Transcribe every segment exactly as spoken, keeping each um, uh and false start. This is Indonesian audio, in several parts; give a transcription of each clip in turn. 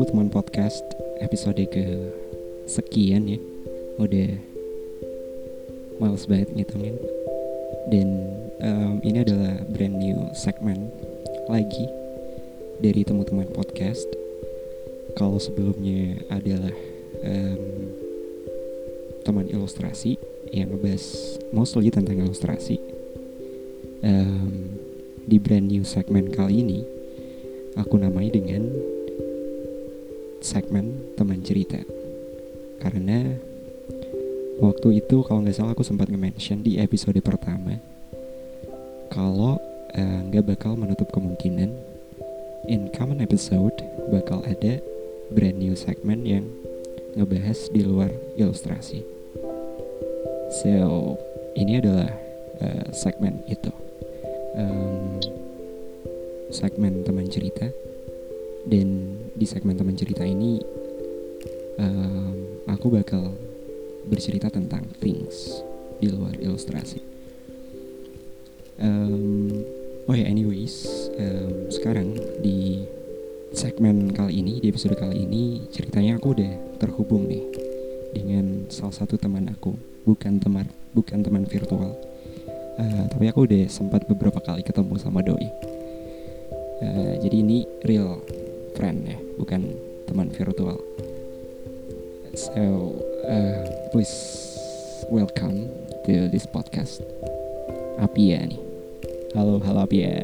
Temu Teman Podcast episode ke sekian ya. Udah males banget ngitungin. Dan um, ini adalah brand new segmen lagi dari Temu Teman Podcast. Kalau sebelumnya adalah um, teman ilustrasi yang ngebahas mostly tentang ilustrasi, um, di brand new segmen kali ini aku namai dengan segmen teman cerita. Karena waktu itu kalau nggak salah aku sempat nge-mention di episode pertama kalau nggak uh, bakal menutup kemungkinan in common episode bakal ada brand new segmen yang ngebahas di luar ilustrasi. So ini adalah uh, segmen itu, um, segmen teman cerita. Dan di segmen teman cerita ini um, aku bakal bercerita tentang things di luar ilustrasi. um, Oh ya, anyways, um, sekarang di segmen kali ini, di episode kali ini, ceritanya aku udah terhubung nih dengan salah satu teman aku. Bukan teman, bukan teman virtual, uh, tapi aku udah sempat beberapa kali ketemu sama doi. Uh, jadi ini real friend ya, bukan teman virtual. So uh, please welcome to this podcast, Apia nih. Halo, halo Apia.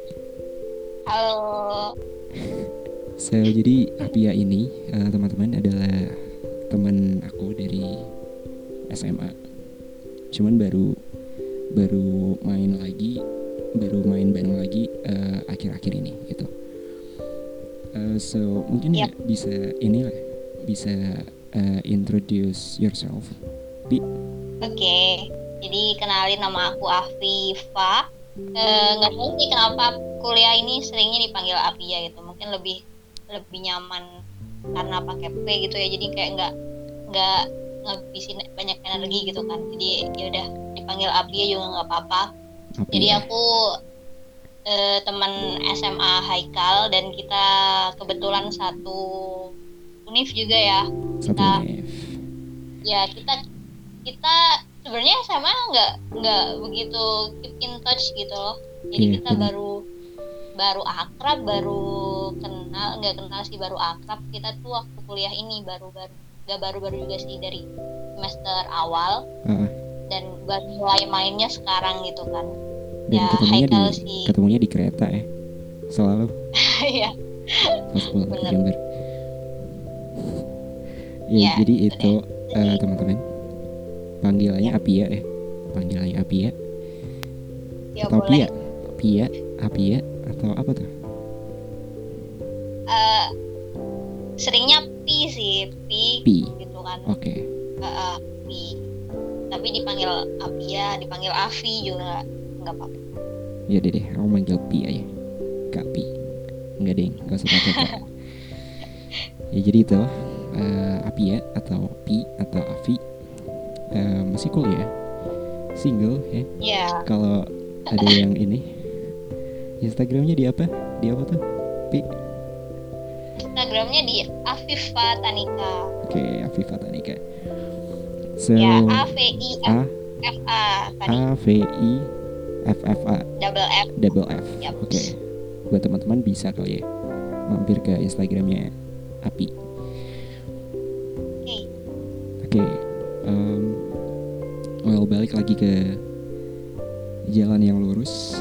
Halo. So jadi Apia ini uh, teman-teman adalah teman aku dari S M A. Cuman baru baru main lagi, baru main bareng lagi uh, akhir-akhir ini gitu. Uh, so mungkin Yep. ya bisa inilah bisa uh, introduce yourself, Bi. Oke, okay. Jadi kenalin, nama aku Afifa. Nggak uh, tahu sih kenapa kuliah ini seringnya dipanggil Apia gitu. Mungkin lebih lebih nyaman karena pakai P gitu ya. Jadi kayak nggak nggak ngabisin banyak energi gitu kan. Jadi ya udah dipanggil Apia juga nggak apa-apa. Apia. Jadi aku uh, teman S M A Haikal dan kita kebetulan satu univ juga ya. Satu Kita univ. ya kita kita sebenarnya sama nggak nggak begitu keep in touch gitu loh. Jadi Iya, kita bener. baru baru akrab, baru kenal, nggak kenal sih, baru akrab kita tuh waktu kuliah ini, baru baru nggak baru baru juga sih, dari semester awal. Uh, Dan baru mulai mainnya sekarang gitu kan. dan Ya ketemunya di Haikal sih. ketemunya di kereta ya, selalu Ya pas pulang ke bener. Jember. Ya, Ya, jadi gitu itu deh. uh, teman-teman, panggilannya Ya. Apia ya, panggilannya Apia. Ya Atau boleh. Pia, Pia, Apia atau apa tuh? Uh, seringnya Pi sih, Pi, Pi. gitu kan. Oke. Okay. Uh, uh, Pi. Tapi dipanggil Apia, dipanggil Afi juga nggak apa-apa. Ya deh deh, aku manggil Pi aja, Kak Pi. Enggak deh, nggak usah pakai Kak. Ya jadi itu uh, Apia atau Pi atau Afi, uh, masih kuliah, single ya. Ya. Kalau ada yang ini, Instagramnya di apa? Di apa tuh, Pi? Instagramnya di Afifa Tanika. Oke, okay, Afifa Tanika. So, ya, A V I F A A V I F F A double F double F. Yep. Oke, okay. Buat teman-teman bisa kali ya mampir ke Instagramnya Api. Oke. Okay. Oke, okay. um, well balik lagi ke jalan yang lurus.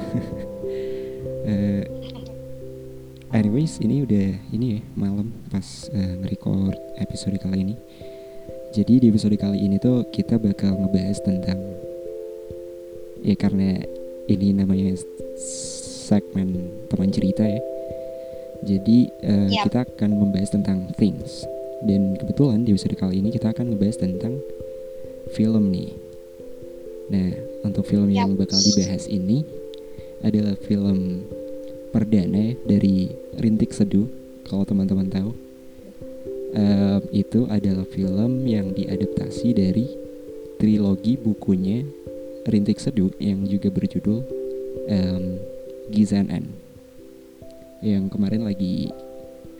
uh, anyways, ini udah ini ya malam pas uh, nge-record episode kali ini. Jadi di episode kali ini tuh kita bakal ngebahas tentang, ya karena ini namanya segmen teman cerita ya, jadi uh, yep. kita akan membahas tentang things. Dan kebetulan di episode kali ini kita akan ngebahas tentang film nih. Nah, untuk film yep. yang bakal dibahas ini adalah film perdana dari Rintik Seduh, kalau teman-teman tahu. Uh, itu adalah film yang diadaptasi dari trilogi bukunya Rintik Seduh yang juga berjudul um, Gizan N, yang kemarin lagi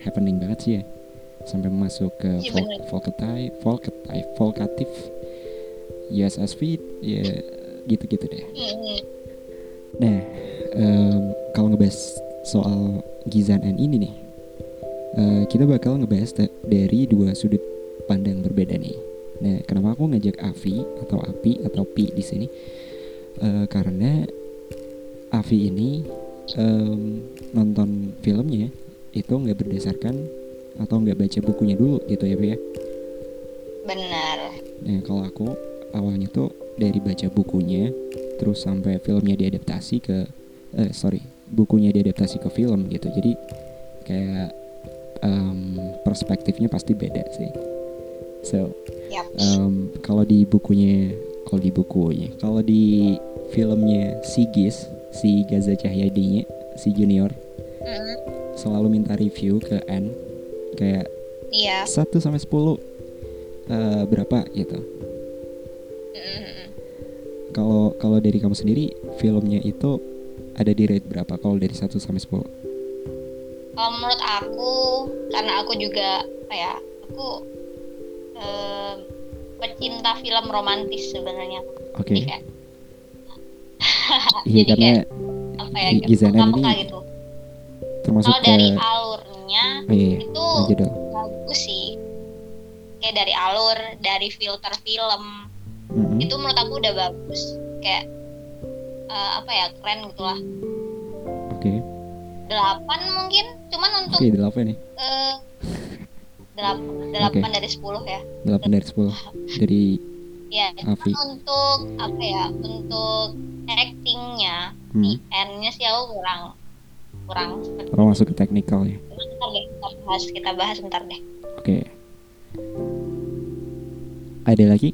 happening banget sih ya, sampai masuk ke Iya Vol- bener. Volcative, Volcative, Volcative, U S S V, ya gitu-gitu deh. Mm-mm. Nah, em, kalau ngebahas soal Gizan N ini nih, eh, kita bakal ngebahas da- dari dua sudut pandang berbeda nih. Nah, kenapa aku ngajak Avi atau Api atau Pi di sini? Eh, karena Avi ini em, nonton filmnya itu nggak berdasarkan atau nggak baca bukunya dulu gitu ya, Pi ya. Benar. Nah, kalau aku awalnya tuh dari baca bukunya, terus sampai filmnya diadaptasi ke, eh sorry, bukunya diadaptasi ke film gitu. Jadi kayak em, perspektifnya pasti beda sih. So, Yap. em, kalau di bukunya, kalau di bukunya, kalau di filmnya si Giz, si Gaza Cahyadinya, si Junior Mm-mm. selalu minta review ke N kayak Iya. satu sampai sepuluh eh, berapa gitu. Mm-mm. Kalau kalau dari kamu sendiri filmnya itu ada di rate berapa kalau dari satu sampai sepuluh? Kalau menurut aku, karena aku juga kayak aku em, pecinta film romantis sebenarnya. Oke. Jadi kayak Iya, jadi karena kayak apa ya? Gi- Gitu, Gizanan peka-peka ini gitu. termasuk Kalau ke dari alurnya oh iya, itu lanjut dong. bagus sih. Kayak dari alur, dari filter film, Mm-mm. itu menurut aku udah bagus. Kayak eh, apa ya, keren gitulah. Oke. Delapan mungkin, cuman untuk Oke, delapan nih. eh, delapan, Oke. delapan dari sepuluh ya. delapan dari sepuluh dari Ya, Avi. cuman untuk apa ya, untuk actingnya, di Hmm. endnya sih aku kurang kurang. Oh, masuk ke teknikal ya. Cuman ntar deh, kita bahas, kita bahas bentar deh. Oke. Ada lagi?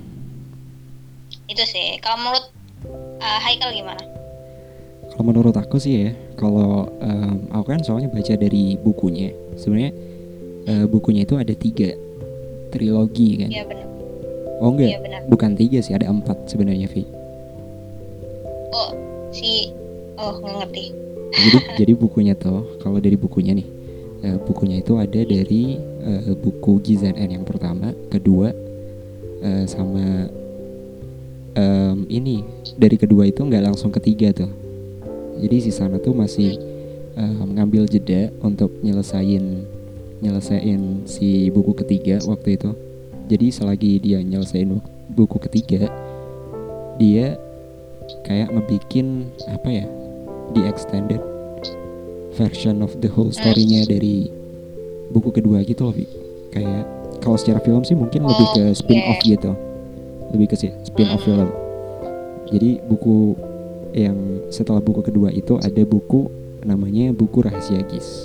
Itu sih. Kalau menurut eh, Haikal gimana? Kalau menurut aku sih ya, kalau em, aku kan soalnya baca dari bukunya. Sebenarnya eh, bukunya itu ada tiga trilogi kan. Iya benar. Oh enggak, Iya benar. bukan tiga sih, ada empat sebenarnya, Vi. Oh, si oh nggak ngerti. Jadi jadi bukunya tuh, kalau dari bukunya nih, eh, bukunya itu ada dari eh, buku Gizan N yang pertama, kedua, eh, sama em, ini dari kedua itu nggak langsung ketiga tuh. Jadi si sana tuh masih eh, mengambil jeda untuk nyelesain nyelesain si buku ketiga waktu itu. Jadi selagi dia nyelesain buku ketiga, dia kayak ngebikin apa ya, di extended version of the whole story-nya dari buku kedua gitu loh, Vi. Kayak kalau secara film sih mungkin lebih ke spin off gitu, lebih ke spin off film. Jadi buku yang setelah buku kedua itu ada buku namanya buku Rahasia Giz.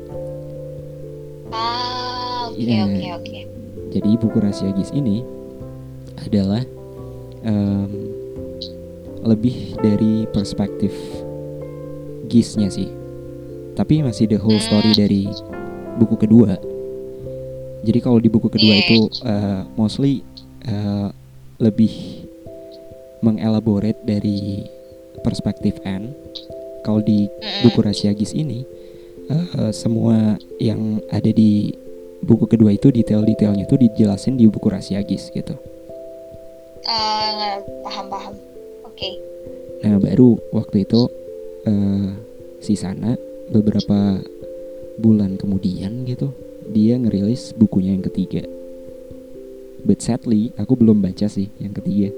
Ah, oke Iya. oke oke. Jadi buku Rahasia Giz ini adalah em, lebih dari perspektif Giznya sih, tapi masih the whole story dari buku kedua. Jadi kalau di buku kedua Yeah. itu uh, mostly uh, lebih mengelaborate dari perspektif Anne. Kalau di buku Rahasia Giz ini uh, semua yang ada di buku kedua itu detail-detailnya tuh dijelasin di buku Rahasia Giz gitu. Uh, paham paham. Oke. Okay. Nah baru waktu itu uh, si Sana beberapa bulan kemudian gitu dia ngerilis bukunya yang ketiga. But sadly aku belum baca sih yang ketiga.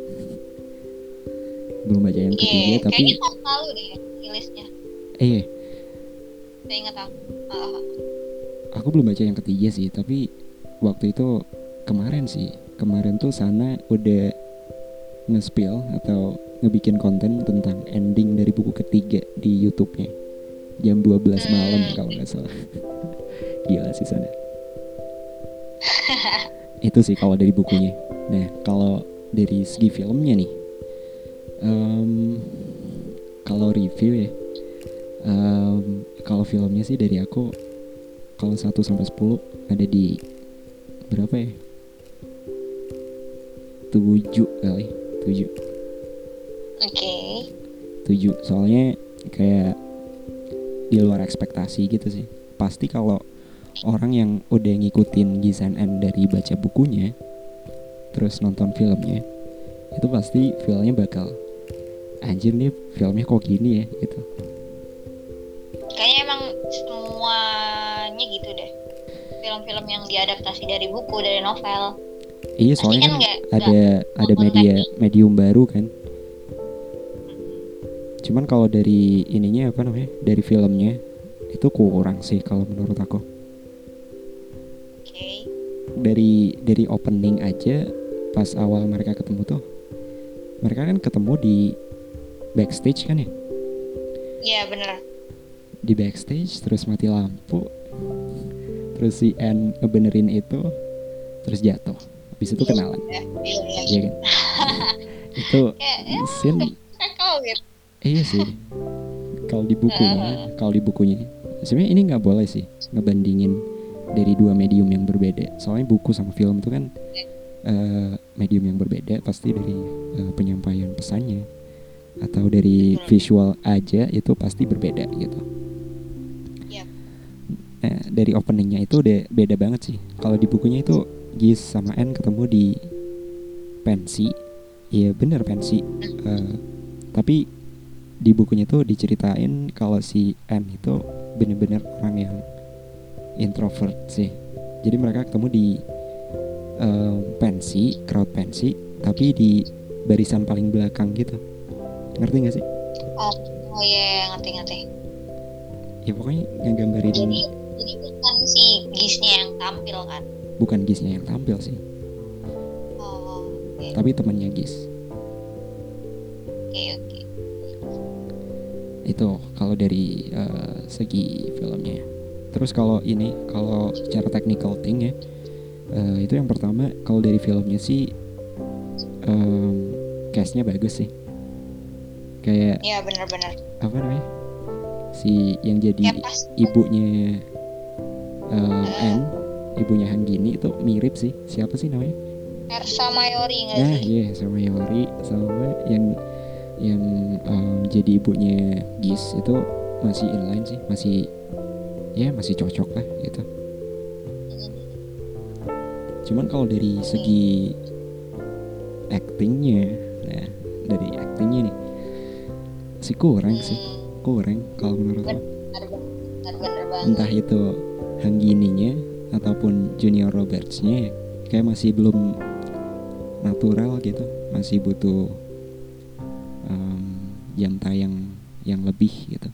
Belum baca yang ketiga yeah, tapi kayaknya tahun lalu deh rilisnya. Eh saya ingat aku. Uh. Aku belum baca yang ketiga sih, tapi waktu itu kemarin sih kemarin tuh Sana udah nge-spill atau ngebikin konten tentang ending dari buku ketiga di YouTube-nya jam dua belas malam hmm. kalau nggak salah. Gila sih Sana. Itu sih kalau dari bukunya. Nah kalau dari segi filmnya nih, um, kalau review ya, um, kalau filmnya sih dari aku kalau satu sampai sepuluh ada di berapa ya? tujuh kali, tujuh. Oke. Okay. tujuh soalnya kayak di luar ekspektasi gitu sih. Pasti kalau orang yang udah ngikutin Gisan N dari baca bukunya terus nonton filmnya, itu pasti filmnya bakal anjir nih filmnya kok gini ya gitu. Kayaknya emang semuanya gitu deh. Film-film yang diadaptasi dari buku, dari novel. Iya, soalnya kan, kan gak, ada gak ada media teknik. medium baru kan. Cuman kalau dari ininya apa namanya? Dari filmnya itu kurang sih kalau menurut aku. Oke. Okay. Dari dari opening aja pas awal mereka ketemu tuh. Mereka kan ketemu di backstage kan ya? Iya, bener. Di backstage terus mati lampu. Terus si N ngebenerin itu terus jatuh. Habis itu kenalan. Iya, iya, iya kan? Itu ya, scene gitu. Iya sih. Kalau di bukunya, uh. kalau di bukunya sebenarnya ini nggak boleh sih ngebandingin dari dua medium yang berbeda. Soalnya buku sama film itu kan uh, medium yang berbeda, pasti dari uh, penyampaian pesannya atau dari visual aja itu pasti berbeda gitu. Yep. Nah, dari openingnya itu udah beda banget sih. Kalau di bukunya itu Gis sama N ketemu di pensi, iya bener pensi. Uh, tapi di bukunya tuh diceritain kalau si N itu bener-bener orang yang introvert sih. Jadi mereka ketemu di uh, pensi, crowd pensi, tapi di barisan paling belakang gitu. Ngerti gak sih? Oh, oh iya, ngerti-ngerti. Ya pokoknya ngegambarin. Jadi, jadi bukan si Gisnya yang tampil kan? Bukan Gisnya yang tampil sih. Oh, okay. Tapi temannya Gis. Oke, okay, oke. Okay. Itu kalau dari uh, segi filmnya. Terus kalau ini, kalau secara technical thing ya, uh, itu yang pertama kalau dari filmnya sih um, cast-nya bagus sih. Kayak ya benar-benar apa namanya si yang jadi ibunya um, uh. N, ibunya Hanggini itu mirip sih. Siapa sih namanya? Ersa Mayori nggak nah, sih? Nah iya, Ersa Mayori sama yang yang um, jadi ibunya Gis itu masih inline sih, masih ya masih cocok lah gitu. Cuman kalau dari segi actingnya, nah dari actingnya nih si kurang sih, kurang kalau menurut aku. Entah itu Hanggininya ataupun Junior Roberts-nya ya, kayak masih belum natural gitu, masih butuh um, jam tayang yang lebih gitu.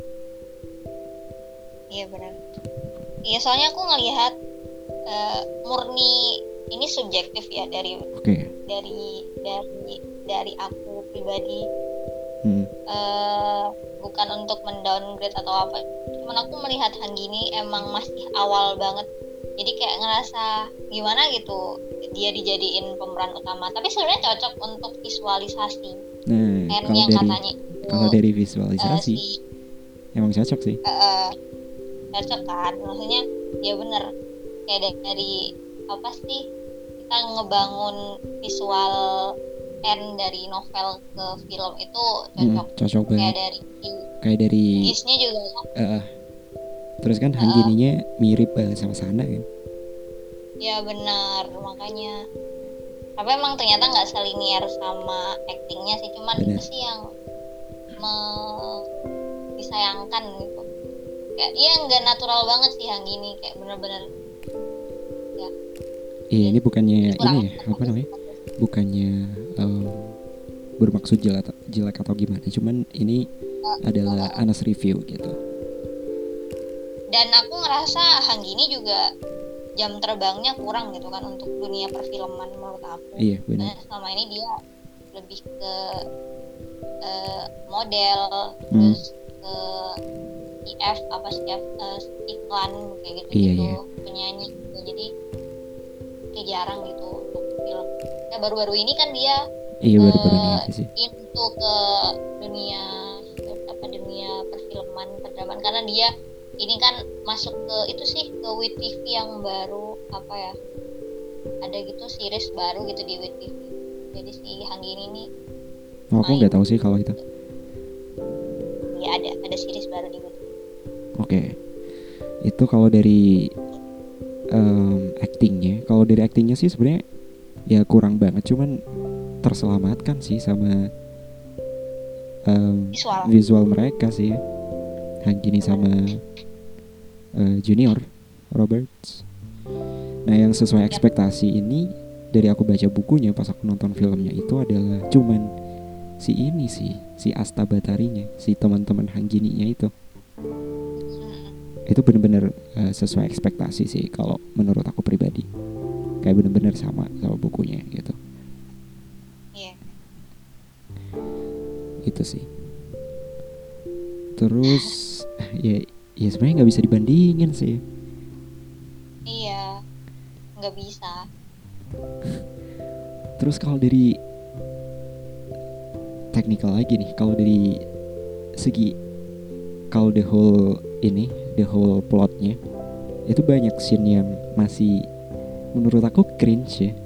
Iya benar. Iya soalnya aku ngelihat uh, murni ini subjektif ya dari okay. dari dari dari aku pribadi. Hmm. Uh, bukan untuk mendowngrade atau apa, cuman aku melihat Hanggini emang masih awal banget, jadi kayak ngerasa gimana gitu dia dijadiin pemeran utama, tapi sebenarnya cocok untuk visualisasi. Nah, kalau yang dari katanya itu, kalau dari visualisasi uh, si, emang cocok sih. Uh, uh, cocok kan, maksudnya ya bener kayak dari, dari apa sih kita ngebangun visual N dari novel ke film itu cocok. Hmm, cocok banget. Kayak dari kayak dari Gisnya juga. Uh, terus kan uh, Hanggininya mirip uh, sama Sana kan? Ya benar, makanya. Tapi emang ternyata nggak selinier sama actingnya sih, cuman bener. Itu sih yang me- disayangkan gitu. Kayak iya nggak natural banget sih Hanggini, kayak bener-bener. Ya. Iya ini bukannya ini ya apa namanya? Bukannya um, bermaksud jelek, jelek atau gimana, cuman ini uh, adalah uh, honest review gitu. Dan aku ngerasa Hanggini juga jam terbangnya kurang gitu kan untuk dunia perfilman menurut aku. Iya benar. Nah, selama ini dia lebih ke uh, model, hmm. terus ke I F apa sih uh, iklan kayak gitu iya, gitu, iya. penyanyi gitu. Jadi kayak jarang gitu untuk film. Nah baru-baru ini kan dia iya, uh, baru-baru ini sih. into ke dunia apa dunia perfilman perfilman karena dia ini kan masuk ke itu sih ke W T V yang baru apa ya, ada gitu series baru gitu di W T V. Jadi si Hanggini ini oh, aku nggak tahu sih kalau itu. Ya ada ada series baru di W T V. Oke, itu kalau dari um, actingnya. Kalau dari actingnya sih sebenarnya ya kurang banget, cuman terselamatkan sih sama um, Visual. visual mereka sih, Hangini sama uh, Junior Roberts. Nah yang sesuai ekspektasi ini dari aku baca bukunya pas aku nonton filmnya itu adalah cuman si ini sih, si Asta Batarinya, si teman-teman Hanggininya itu. Itu benar-benar uh, sesuai ekspektasi sih kalau menurut aku pribadi. Kayak benar-benar sama sama bukunya gitu. Iya. Itu sih. Terus ya ya sebenarnya nggak bisa dibandingin sih. Iya, nggak bisa. Terus kalau dari technical lagi nih, kalau dari segi kalau the whole ini, the whole plotnya itu banyak scene yang masih menurut aku cringe ya.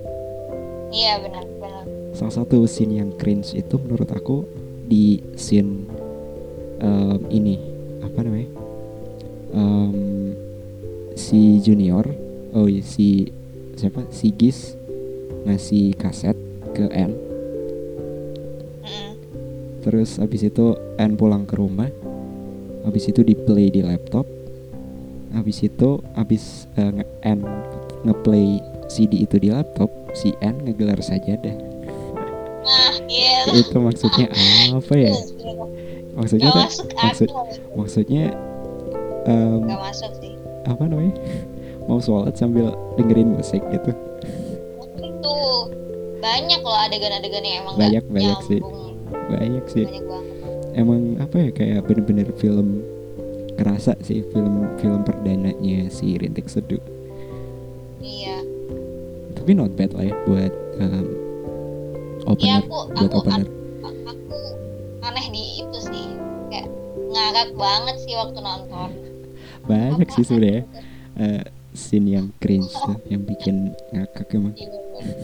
Iya benar benar. Salah satu scene yang cringe itu menurut aku di scene um, ini apa namanya? Um, si Junior, oh iya, si siapa? Si Gis ngasih kaset ke N. Mm-mm. Terus abis itu N pulang ke rumah. Abis itu di play di laptop. Abis itu abis uh, nge- N ngeplay C D itu di laptop, si N ngegelar sajadah. Nah, iya. Itu maksudnya apa ya? Maksudnya Gak tuh masuk maksud akal. maksudnya um, Gak masuk sih. apa namanya? Mau sholat sambil dengerin musik gitu. Itu banyak loh adegan-adegan yang emang Banyak gak banyak sih. nyambung. Banyak sih. Banyak banget. Emang apa ya, kayak bener-bener film kerasa sih, film film perdananya si Rintik Seduh. Iya. Tapi not bad lah ya buat um, Iya opener, aku buat aku opener. an- aku aneh di itu sih, kayak ngakak banget sih waktu nonton. Banyak sih Apaan sebenarnya gitu. uh, scene yang cringe tuh, yang bikin ngakak emang. Iya,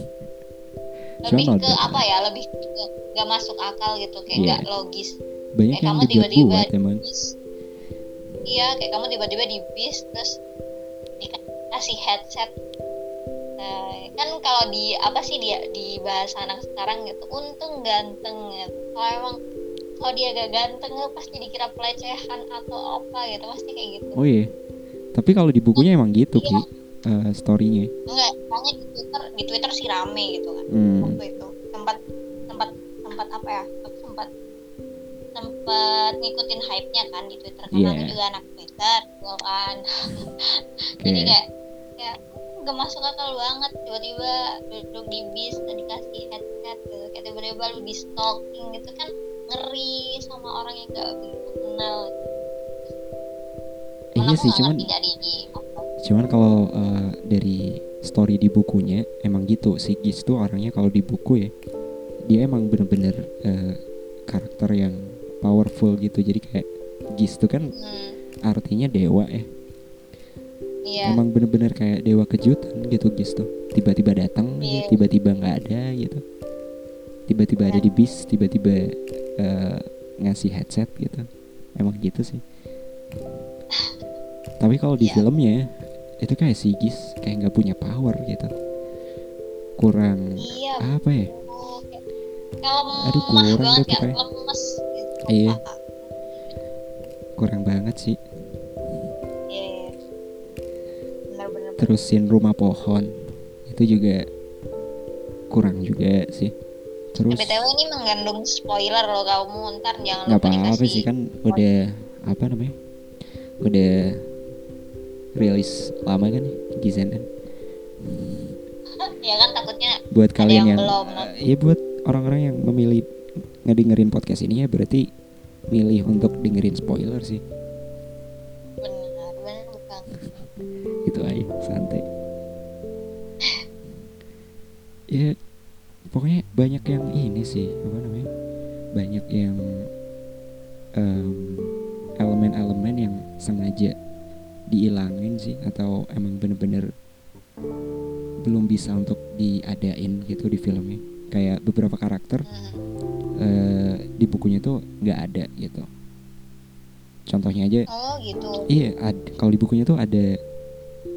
Cuma lebih not ke bad apa lah. ya, lebih ke gak masuk akal gitu, kayak Iya. nggak logis. Banyak Kayak yang kamu tiba-tiba dibuat-buat di emang. bis, iya kayak kamu tiba-tiba di bis terus dikasih headset. Nah, kan kalau di apa sih dia di bahasa anak sekarang gitu, untung ganteng gitu. Kalau emang kalau dia gak ganteng lu pasti dikira pelecehan atau apa gitu, pasti kayak gitu. Oh iya. Tapi kalau di bukunya emang gitu Iya. Ki, uh, story-nya. Enggak, soalnya di Twitter di Twitter sih rame gitu kan. Hmm. Waktu itu sempat sempat sempat apa ya? Aku sempat sempat ngikutin hype-nya kan di Twitter karena Iya. aku juga anak Twitter gitu kan. Jadi Kayak kayak kayak gak masuk akal banget, tiba-tiba duduk di bis dan dikasih headset gitu, kayak tiba-tiba lu di stalking gitu kan, ngeri sama orang yang gak begitu kenal. eh, iya Aku sih, gak cuman ngerti gak di, di apa. cuman kalau uh, dari story di bukunya emang gitu, si Gis tuh orangnya kalau di buku ya dia emang bener-bener uh, karakter yang powerful gitu. Jadi kayak Gis tuh kan hmm, artinya dewa ya. Iya. Emang bener-bener kayak dewa kejutan gitu Gis tuh. Tiba-tiba datang, Iya. tiba-tiba nggak ada gitu. Tiba-tiba ada di bis, tiba-tiba uh, ngasih headset gitu. Emang gitu sih. Tapi kalau di Iya. filmnya itu kayak si Gis kayak nggak punya power gitu. Kurang Iya, apa ya? betul. Kayak kalau Aduh, lemah kurang banget, deh kayak pokoknya. lemes gitu. Iya. Pak. Kurang banget sih. Iya. Benar-benar. Terus scene rumah pohon itu juga kurang juga sih. Terus B T W ini mengandung spoiler loh, kamu ntar jangan nggak lupa apa-apa dikasih. sih, kan udah apa namanya, udah rilis lama kan Gizen kan. Ya kan takutnya Buat ada kalian yang yang, belum. uh, ya buat orang-orang yang memilih ngedengerin podcast ini ya berarti milih untuk dengerin spoiler sih. Benar, benar bukan. Gitu aja, santai. Ya pokoknya banyak yang ini sih, apa namanya, banyak yang um, elemen-elemen yang sengaja diilangin sih, atau emang bener-bener belum bisa untuk diadain gitu di filmnya. Kayak beberapa karakter Hmm. uh, di bukunya tuh nggak ada gitu. Contohnya aja, Oh gitu. iya ad, kalau di bukunya tuh ada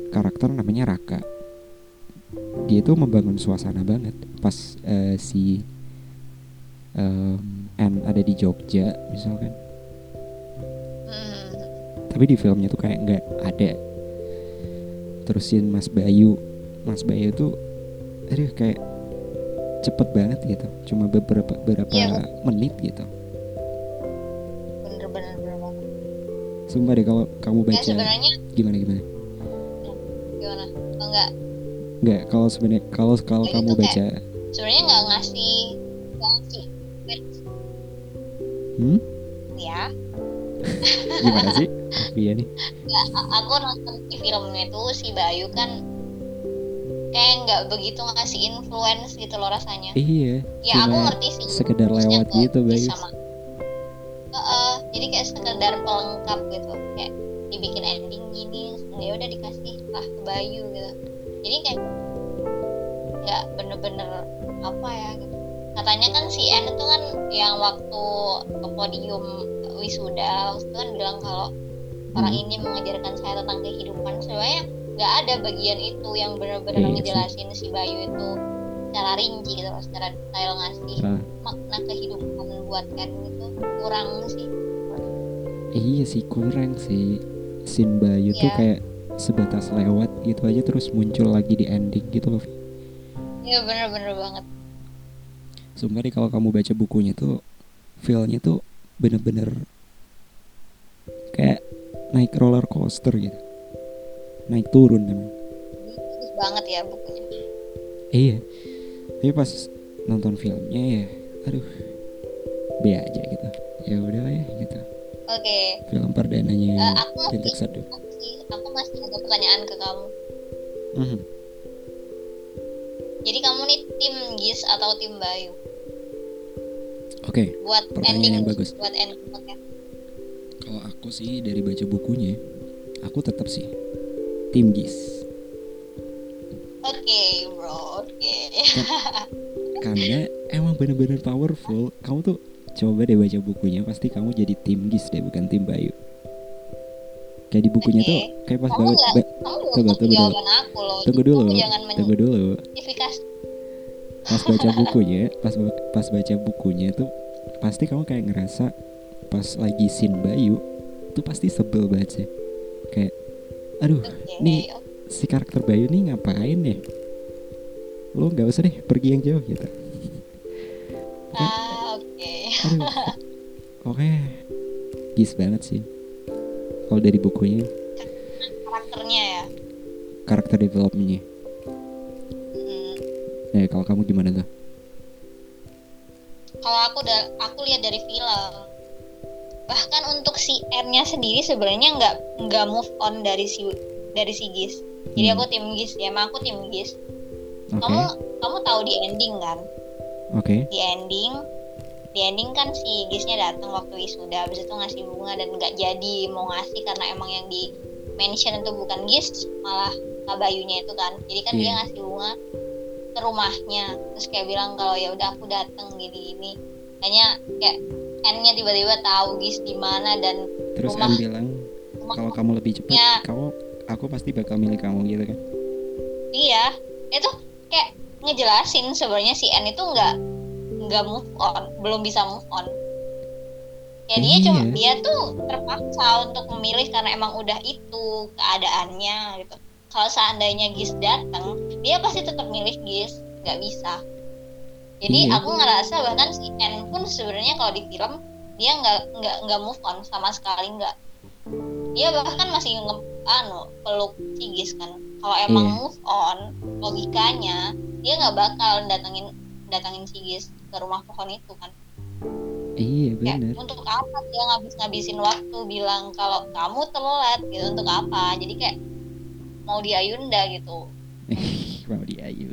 karakter namanya Raka. Dia tuh membangun suasana banget pas uh, si um, Anne ada di Jogja misalkan. Hmm. Tapi di filmnya tuh kayak nggak ada. Terusin Mas Bayu, Mas Bayu tuh, aduh kayak cepet banget gitu, cuma beberapa beberapa Iya, menit gitu. bener-bener bener banget. Sumpah deh kalau kamu Ya baca sebenarnya gimana gimana? gimana? Oh, enggak, Nggak, kalau sebenarnya kalau kalau Bayu kamu tuh kayak baca, sebenarnya nggak ngasih nggak ngasih wait, hmm, ya. gimana sih? Iya nih. Nggak, a- aku nonton di filmnya tuh si Bayu kan kayak nggak begitu ngasih influence gitu loh rasanya. Iya, Ya aku cuma ngerti sih sekedar harusnya lewat ke gitu Gis Bayu. sama Heeh, jadi kayak sekedar pelengkap gitu, kayak dibikin ending gini ya udah dikasih lah ke Bayu gitu. Jadi kayak nggak bener-bener apa ya gitu. Katanya kan si N itu kan yang waktu ke podium wisuda waktu itu kan bilang kalau orang Hmm. ini mengajarkan saya tentang kehidupan. Sebenarnya nggak ada bagian itu yang benar-benar Iya sih. ngejelasin si Bayu itu secara rinci gitu loh, secara detail ngasih Ah, makna kehidupan buat N itu kurang sih. iya sih kurang sih. Scene Bayu tuh Iya, kayak sebatas lewat gitu aja terus muncul lagi di ending gitu loh. iya bener-bener banget. Sumpah deh kalau kamu baca bukunya tuh feel-nya tuh bener-bener kayak naik roller coaster gitu, naik turun emang. Bagus banget ya bukunya. Iya, tapi pas nonton filmnya ya, aduh, be aja gitu. Ya udah lah ya gitu. Oke, Film perdananya eh, aku Dentek masih, Sadu. masih aku masih ada pertanyaan ke kamu. Mhm. Jadi kamu nih tim Gis atau tim Bayu Oke, buat pertanyaan ending yang bagus. buat ending podcast? Kalau aku sih dari baca bukunya, aku tetap sih tim Gis. Oke bro, oke. Karena emang bener-bener powerful. Kamu tuh coba deh baca bukunya, pasti kamu jadi tim Gis deh, bukan tim Bayu. Kayak di bukunya Oke. tuh kayak pas Kamu banget. nggak, Ba- kamu belum tunggu, kasih tunggu dulu. jawaban aku loh. Tunggu Jadi dulu, kamu jangan tunggu dulu. menjustifikasi. Pas baca bukunya, pas pas baca bukunya tuh pasti kamu kayak ngerasa pas lagi scene Bayu tuh pasti sebel banget sih. Kayak aduh, Oke, nih oke. si karakter Bayu nih ngapain ya? Lo nggak usah deh pergi yang jauh gitu. Kayak, Ah, oke. aduh, oke, gis banget sih. Kalau dari bukunya, Karakternya ya. karakter developmentnya. Hmm. Nah, kalau kamu gimana tuh? Kalau aku udah aku lihat dari film, bahkan untuk si R-nya sendiri sebenarnya nggak nggak move on dari si dari si Gis. Jadi Hmm. aku tim Gis ya, emang aku tim Gis. Oke, Kamu kamu tahu di ending kan? oke, Di ending di ending kan si Gisnya datang waktu wisuda, habis itu ngasih bunga dan nggak jadi mau ngasih karena emang yang di mention itu bukan Gis, malah Kak Bayunya itu kan. Jadi kan dia Iya. ngasih bunga ke rumahnya, terus kayak bilang kalau ya udah aku datang gini gini. Kayaknya kayak N-nya tiba-tiba tahu Gis di mana dan Terus rumah Anne bilang rumah kalau kamu lebih cepat, Ya. kamu aku pasti bakal milih kamu gitu kan? Iya, itu kayak ngejelasin sebenarnya si N itu nggak nggak move on, belum bisa move on. Ya dia Iya. cuma dia tuh terpaksa untuk memilih karena emang udah itu keadaannya gitu. Kalau seandainya Gis datang, dia pasti tetap milih Gis, nggak bisa. Jadi Iya. aku ngerasa bahkan si N pun sebenarnya kalau di film dia nggak nggak nggak move on sama sekali nggak. Dia bahkan masih nge anu peluk si Gis kan. Kalau emang Iya. move on logikanya dia nggak bakal datengin datengin si Gis ke rumah pohon itu kan. Iya Kayak benar. untuk apa dia ngabis-ngabisin waktu bilang kalau kamu telat gitu, untuk apa? Jadi kayak mau di Ayunda gitu. Mau di Ayu.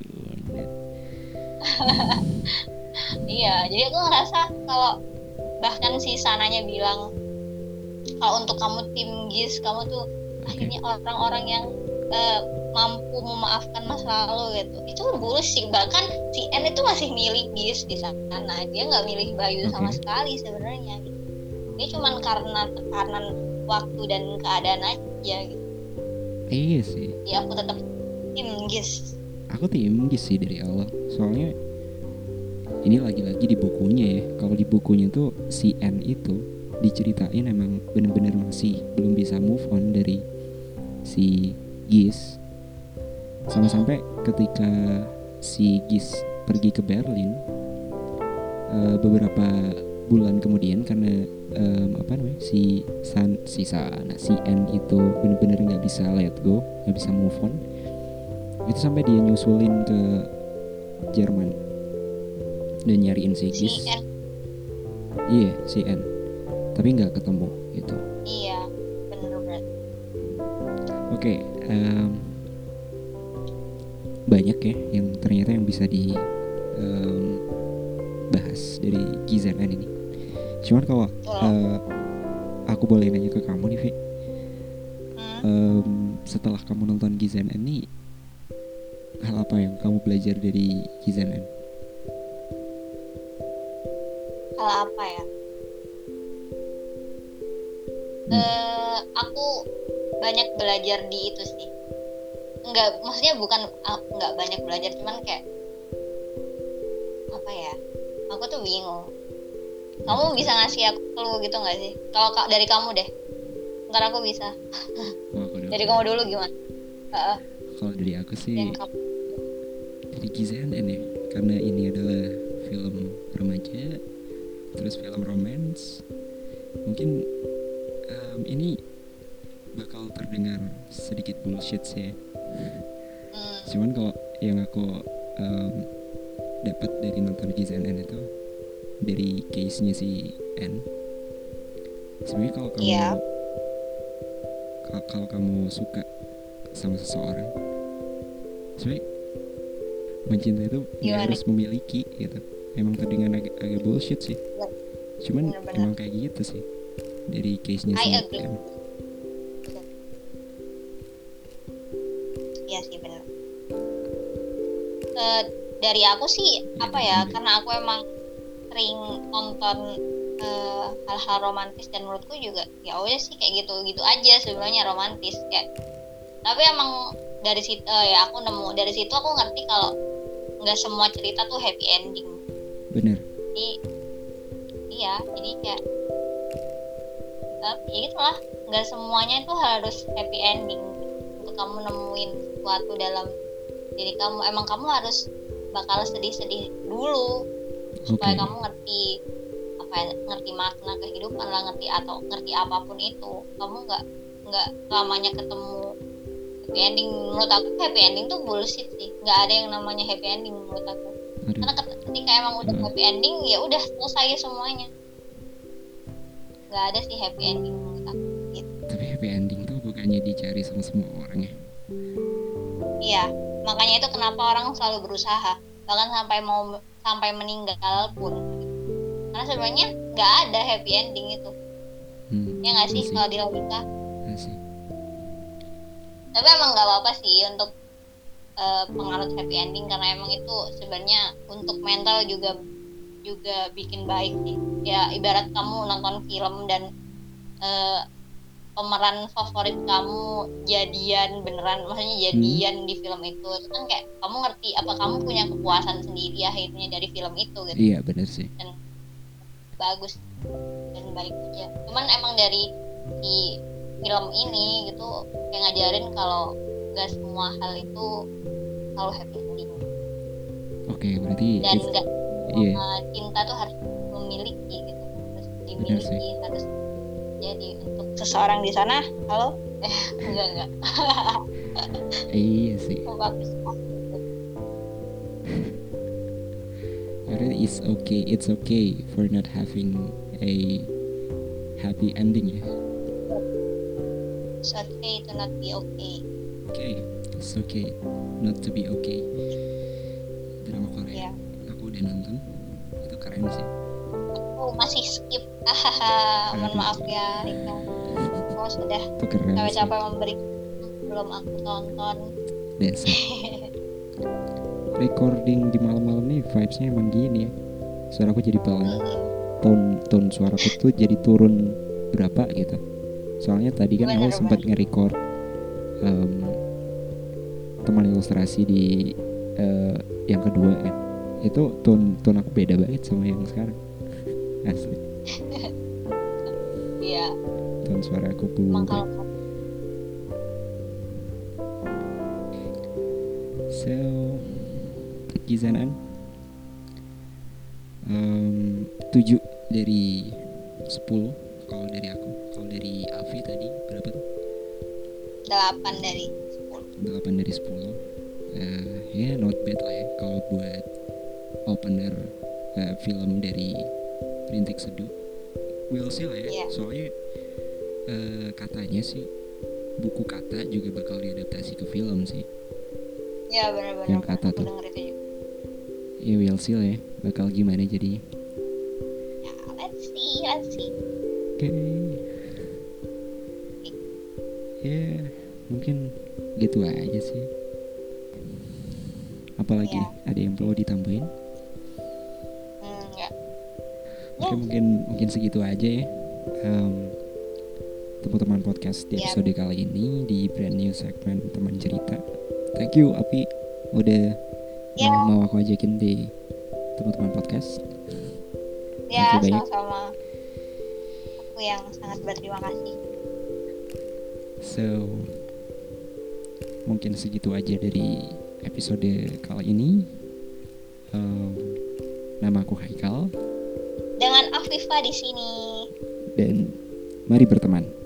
Iya, jadi aku ngerasa kalau bahkan si Sananya bilang kalau untuk kamu tim Gis, kamu tuh akhirnya orang-orang yang uh, mampu memaafkan masa lalu gitu. Itu bullshit. Bahkan si N itu masih milih Gis di sana. Dia nggak milih Bayu Oke. sama sekali sebenarnya. Gitu. Dia cuman karena tekanan waktu dan keadaan aja gitu. Iya sih. Ya aku tetap tim Gis. Aku tim Gis sih dari awal. Soalnya ini lagi-lagi di bukunya ya. Kalau di bukunya tuh si N itu diceritain emang bener-bener masih belum bisa move on dari si Gis. Sampai-sampai ketika si Gis pergi ke Berlin, uh, beberapa bulan kemudian karena um, apa namanya si San si Sana si N itu bener-bener nggak bisa let go, nggak bisa move on, itu sampai dia nyusulin ke Jerman dan nyariin si Gis. Si N. Iya si N, tapi nggak ketemu gitu. Iya bener bener. Oke, okay, um, banyak ya yang ternyata yang bisa di um, bahas dari G Z N ini. Cuman kalau uh, aku boleh nanya ke kamu nih, Vi, hmm? um, setelah kamu nonton G Z N ini, hal apa yang kamu belajar dari G Z N? Hal apa ya? Hmm. Uh, aku banyak belajar di itu sih. Enggak, maksudnya bukan enggak banyak belajar, cuman kayak apa ya? Aku tuh bingung. Kamu bisa ngasih aku clue gitu nggak sih? Kalau dari kamu deh, ntar aku bisa. Oh, aku dari kamu dulu gimana? Uh, Kalau dari aku sih, dari G Z N ya, karena ini adalah film remaja, terus film romance, mungkin um, ini bakal terdengar sedikit bullshit sih. Hmm. Cuman kalau yang aku um, dapat dari nonton G Z N itu dari case-nya si N, sebenarnya kalau kamu yeah. kalau, kalau kamu suka sama seseorang, sebenarnya mencintai itu nggak harus memiliki gitu. Emang terdengar agak, agak bullshit sih, cuman bener-bener. Emang kayak gitu sih dari case-nya si N. Iya sih benar. Uh, dari aku sih ya, apa ya, bener. Karena aku emang sering nonton uh, hal-hal romantis dan menurutku juga ya udah sih kayak gitu gitu aja sebenarnya romantis kayak. Tapi emang dari situ uh, ya aku nemu dari situ aku ngerti kalau nggak semua cerita tuh happy ending. Bener. Jadi iya jadi kayak uh, ya gitulah, nggak semuanya itu harus happy ending untuk kamu nemuin sesuatu dalam diri kamu. Emang kamu harus bakal sedih-sedih dulu supaya okay. kamu ngerti apa ya, ngerti makna kehidupan lah, ngerti atau ngerti apapun itu. Kamu nggak nggak selamanya ketemu happy ending. Menurut aku happy ending tuh bullshit sih, nggak ada yang namanya happy ending menurut aku. Aduh. Karena ketika emang udah uh. happy ending ya udah selesai semuanya, nggak ada sih happy ending menurut aku gitu. Tapi happy ending tuh bukannya dicari sama semua orang ya? Iya, makanya itu kenapa orang selalu berusaha bahkan sampai mau sampai meninggal pun, karena sebenarnya nggak ada happy ending itu. hmm, ya nggak sih kalau di logika. Tapi emang nggak apa-apa sih untuk uh, pengaruh happy ending, karena emang itu sebenarnya untuk mental juga juga bikin baik sih. Ya ibarat kamu nonton film dan uh, pemeran favorit kamu jadian beneran, maksudnya jadian hmm. di film itu, itu kan kayak kamu ngerti apa kamu punya kepuasan sendiri akhirnya dari film itu gitu. Iya benar sih. Dan bagus dan baik aja. Cuman emang dari di film ini gitu kayak ngajarin kalau gak semua hal itu selalu happy ending. Oke okay, berarti dan gak iya. uh, cinta tuh harus memiliki gitu, harus dimiliki, harus jadi untuk seseorang di sana. Halo? Eh, enggak enggak. Iya sih. Bagus. Karena it's okay, it's okay for not having a happy ending ya. It's okay to not be okay. Okay, it's okay not to be okay. Drama Korea. Yeah. Aku udah nonton, itu keren sih. Aku masih skip. Hahaha, mohon maaf ya Rika. Oh sudah capek-capek memberi belum aku tonton. Dasar. Recording di malam-malam nih vibesnya emang gini ya. Suaraku jadi pelan. Tone tone suaraku tuh jadi turun berapa gitu. Soalnya tadi kan aku sempat nge-record um, teman ilustrasi di uh, yang kedua kan, itu tone tone aku beda banget sama yang sekarang. Asli. Iya. Tone suara aku Emang berubah. kalau So, Gizanan, um, tujuh dari sepuluh kalau dari aku. Kalau dari Avi tadi berapa tuh? delapan dari sepuluh. delapan dari sepuluh. Uh, ya yeah, not bad lah ya kalau buat opener uh, film dari Rintik Seduh. We'll see lah ya. Yeah. Soalnya uh, katanya sih buku kata juga bakal diadaptasi ke film sih. Ya benar-benar. Yang kata aku tuh. denger itu juga. Ya we'll see lah ya bakal gimana jadinya. Ya let's see, let's see. Oke. Okay. Ya mungkin gitu aja sih. Apalagi Ya. ada yang perlu ditambahin? Hmm, enggak. Oke okay, mungkin mungkin segitu aja ya. Um, teman-teman podcast di episode yep. kali ini di brand new segmen teman cerita. Thank you Api udah yeah. uh, mau aku ajakin di teman-teman podcast. Ya sama-sama. Aku yang sangat berterima kasih. So mungkin segitu aja dari episode kali ini. Um, nama aku Haikal. Dengan Afifa di sini. Dan mari berteman.